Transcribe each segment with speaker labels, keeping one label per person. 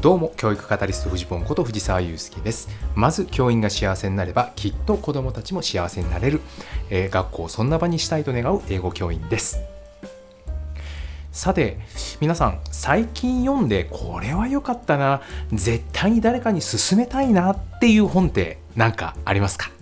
Speaker 1: どうも、教育カタリストフジポンこと藤沢祐介です。まず教員が幸せになればきっと子どもたちも幸せになれる、学校をそんな場にしたいと願う英語教員です。さて皆さん、最近読んでこれは良かったな、絶対に誰かに勧めたいなっていう本って何かありますか？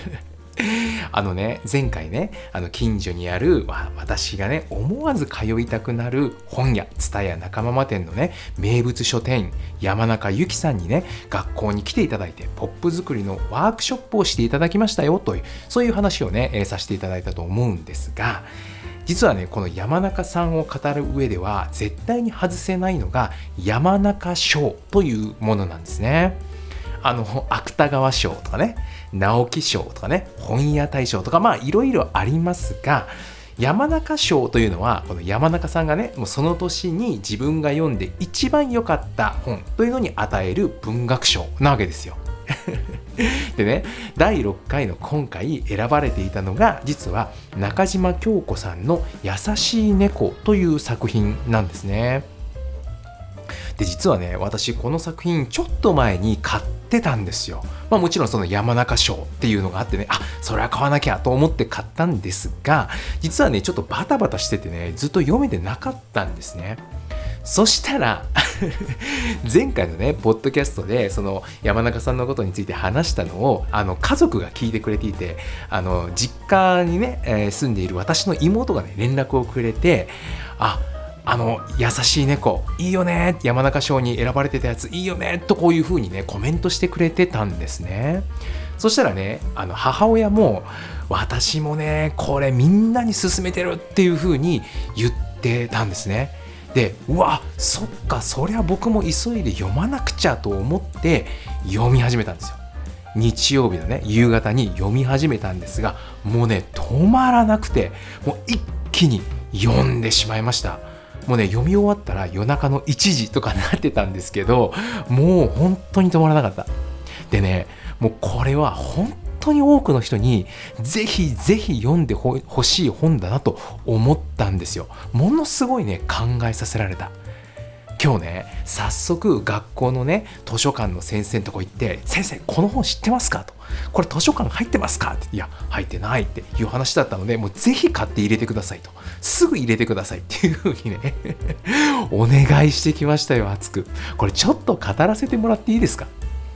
Speaker 1: 前回ね、近所にある私がね思わず通いたくなる本屋蔦屋仲間店のね名物書店員山中由紀さんにね学校に来ていただいてポップ作りのワークショップをしていただきましたよという、そういう話をね、させていただいたと思うんですが、実はねこの山中さんを語る上では絶対に外せないのが山中賞というものなんですね。芥川賞とかね、直木賞とかね、本屋大賞とかいろいろありますが、山中賞というのはこの山中さんがねもうその年に自分が読んで一番良かった本というのに与える文学賞なわけですよ。でね、第6回の今回選ばれていたのが実は中島京子さんの優しい猫という作品なんですね。で実はね、私この作品ちょっと前に買ってたんですよ。もちろんその山中賞っていうのがあってね、それは買わなきゃと思って買ったんですが、実はねちょっとバタバタしててねずっと読めてなかったんですね。そしたら前回のねポッドキャストでその山中さんのことについて話したのを家族が聞いてくれていて、実家にね、住んでいる私の妹がね連絡をくれて、優しい猫いいよね、山中賞に選ばれてたやついいよねとこういう風にねコメントしてくれてたんですね。そしたらね母親も私もねこれみんなに勧めてるっていう風に言ってたんですね。でそっか、そりゃ僕も急いで読まなくちゃと思って読み始めたんですよ。日曜日のね夕方に読み始めたんですが、もうね止まらなくて、もう一気に読んでしまいました。もうね読み終わったら夜中の1時とかなってたんですけど、もう本当に止まらなかった。でね、もうこれは本当に多くの人にぜひぜひ読んでほしい本だなと思ったんですよ。ものすごいね考えさせられた。今日ね早速学校のね図書館の先生のとこ行って、先生この本知ってますかと、これ図書館入ってますかって、いや入ってないっていう話だったので、もうぜひ買って入れてくださいと、すぐ入れてくださいっていう風にねお願いしてきましたよ、熱く。これちょっと語らせてもらっていいですか？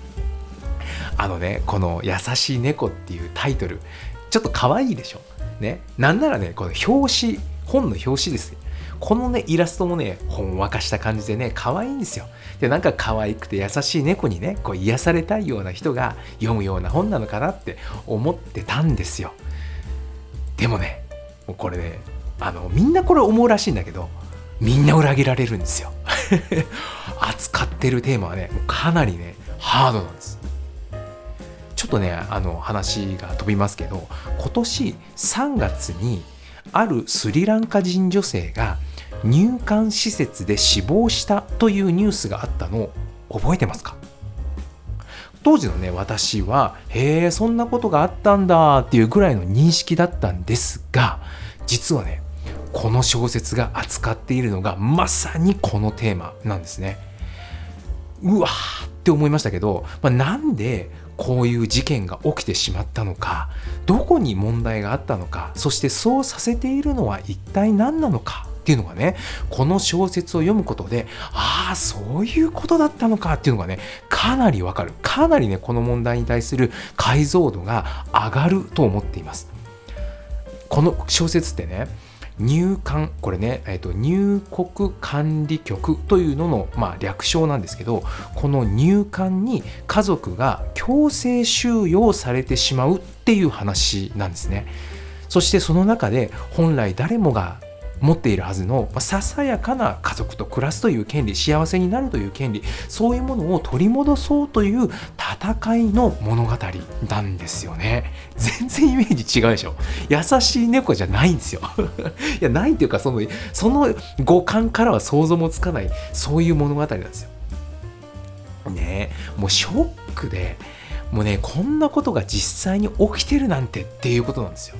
Speaker 1: この優しい猫っていうタイトルちょっと可愛いでしょね。なんならねこの表紙、本の表紙ですよ、このねイラストもねほんわかした感じでね可愛いんですよ。でなんか可愛くて優しい猫にねこう癒されたいような人が読むような本なのかなって思ってたんですよ。でもねもうこれねみんなこれ思うらしいんだけど、みんな裏切られるんですよ。扱ってるテーマはねかなりねハードなんです。ちょっとね話が飛びますけど、今年3月にあるスリランカ人女性が入管施設で死亡したというニュースがあったのを覚えてますか？当時のね私はそんなことがあったんだっていうぐらいの認識だったんですが、実はねこの小説が扱っているのがまさにこのテーマなんですね。うわーって思いましたけど、なんでこういう事件が起きてしまったのか、どこに問題があったのか、そしてそうさせているのは一体何なのかっていうのがね、この小説を読むことでそういうことだったのかっていうのがねかなりわかる。かなりねこの問題に対する解像度が上がると思っています。この小説ってね、入管、これね、入国管理局というのの、略称なんですけど、この入管に家族が強制収容されてしまうっていう話なんですね。そしてその中で本来誰もが持っているはずのささやかな家族と暮らすという権利、幸せになるという権利、そういうものを取り戻そうという戦いの物語なんですよね。全然イメージ違うでしょ。優しい猫じゃないんですよ。いやないっていうか、その五感からは想像もつかない、そういう物語なんですよ。ねえ、もうショックで、もうねこんなことが実際に起きてるなんてっていうことなんですよ。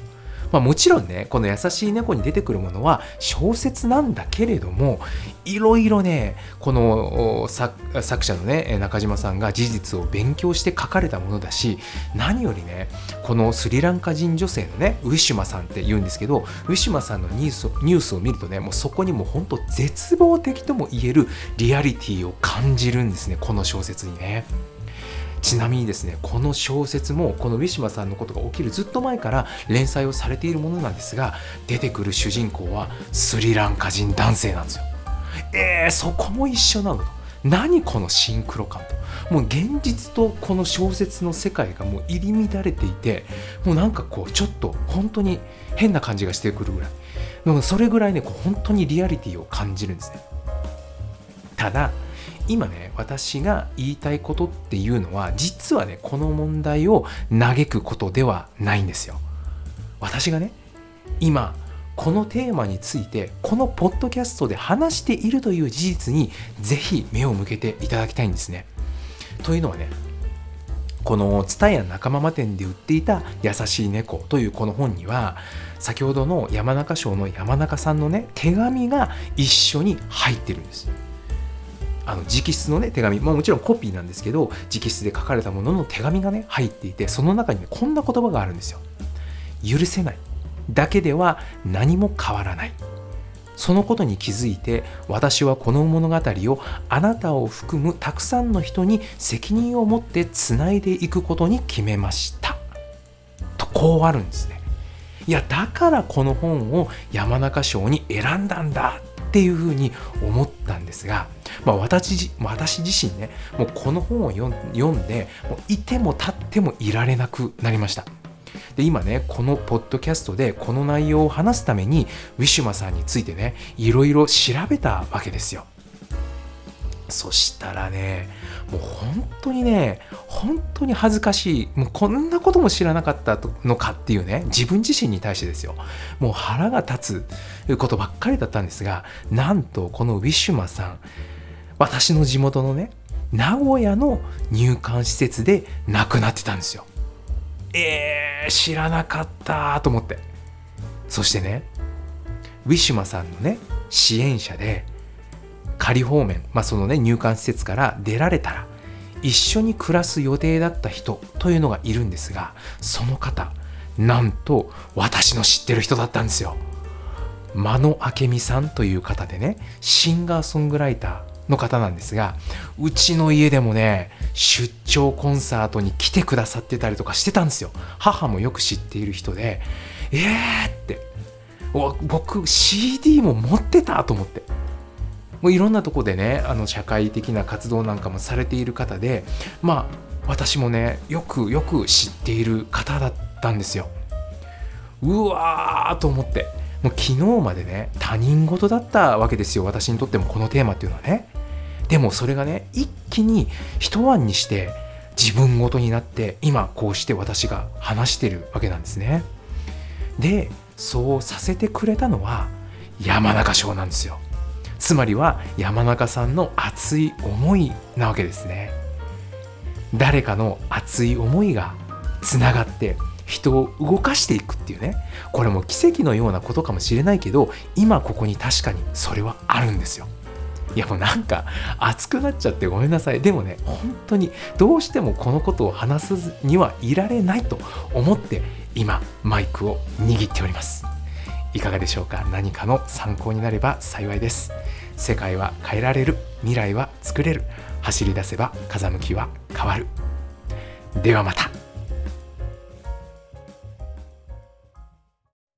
Speaker 1: もちろんねこの優しい猫に出てくるものは小説なんだけれども、いろいろねこの作者のね中島さんが事実を勉強して書かれたものだし、何よりねこのスリランカ人女性のねウィシュマさんって言うんですけど、ウィシュマさんのニュースを見るとね、もうそこにもう本当絶望的とも言えるリアリティを感じるんですね、この小説にね。ちなみにですね、この小説もこのウィシュマさんのことが起きるずっと前から連載をされているものなんですが、出てくる主人公はスリランカ人男性なんですよ。そこも一緒なのと。何このシンクロ感と。もう現実とこの小説の世界がもう入り乱れていて、もうなんかこうちょっと本当に変な感じがしてくるぐらい。でもそれぐらいねこう本当にリアリティを感じるんですね。ただ今ね私が言いたいことっていうのは実はねこの問題を嘆くことではないんですよ。私がね今このテーマについてこのポッドキャストで話しているという事実にぜひ目を向けていただきたいんですね。というのはね、このTSUTAYA仲間店で売っていた優しい猫というこの本には先ほどの山中賞の山中さんのね手紙が一緒に入ってるんです。直筆のね手紙、もちろんコピーなんですけど直筆で書かれたものの手紙がね入っていて、その中にねこんな言葉があるんですよ。許せないだけでは何も変わらない。そのことに気づいて私はこの物語をあなたを含むたくさんの人に責任を持ってつないでいくことに決めましたと、こうあるんですね。いやだからこの本を山中賞に選んだんだっていうふうに思ったんですが、私自身ねもうこの本を読んでもういても立ってもいられなくなりました。で今ねこのポッドキャストでこの内容を話すためにウィシュマさんについてねいろいろ調べたわけですよ。そしたらねもう本当に恥ずかしい、もうこんなことも知らなかったのかっていうね、自分自身に対してですよ、もう腹が立つことばっかりだったんですが、なんとこのウィシュマさん私の地元のね名古屋の入管施設で亡くなってたんですよ。知らなかったと思って。そしてねウィシュマさんのね支援者で仮放免、そのね入管施設から出られたら一緒に暮らす予定だった人というのがいるんですが、その方なんと私の知ってる人だったんですよ。間野明美さんという方でねシンガーソングライターの方なんですが、うちの家でもね出張コンサートに来てくださってたりとかしてたんですよ。母もよく知っている人で、って僕 CD も持ってたと思って、もういろんなとこでね社会的な活動なんかもされている方で、私もねよく知っている方だったんですよ。うわーと思って、もう昨日までね他人事だったわけですよ、私にとってもこのテーマっていうのはね。でもそれがね一気に一晩にして自分ごとになって、今こうして私が話してるわけなんですね。でそうさせてくれたのは山中賞なんですよ。つまりは山中さんの熱い思いなわけですね。誰かの熱い思いがつながって人を動かしていくっていうね、これも奇跡のようなことかもしれないけど、今ここに確かにそれはあるんですよ。いやもうなんか熱くなっちゃってごめんなさい。でもね本当にどうしてもこのことを話さずにはいられないと思って今マイクを握っております。いかがでしょうか。何かの参考になれば幸いです。世界は変えられる、未来は作れる、走り出せば風向きは変わる。ではまた。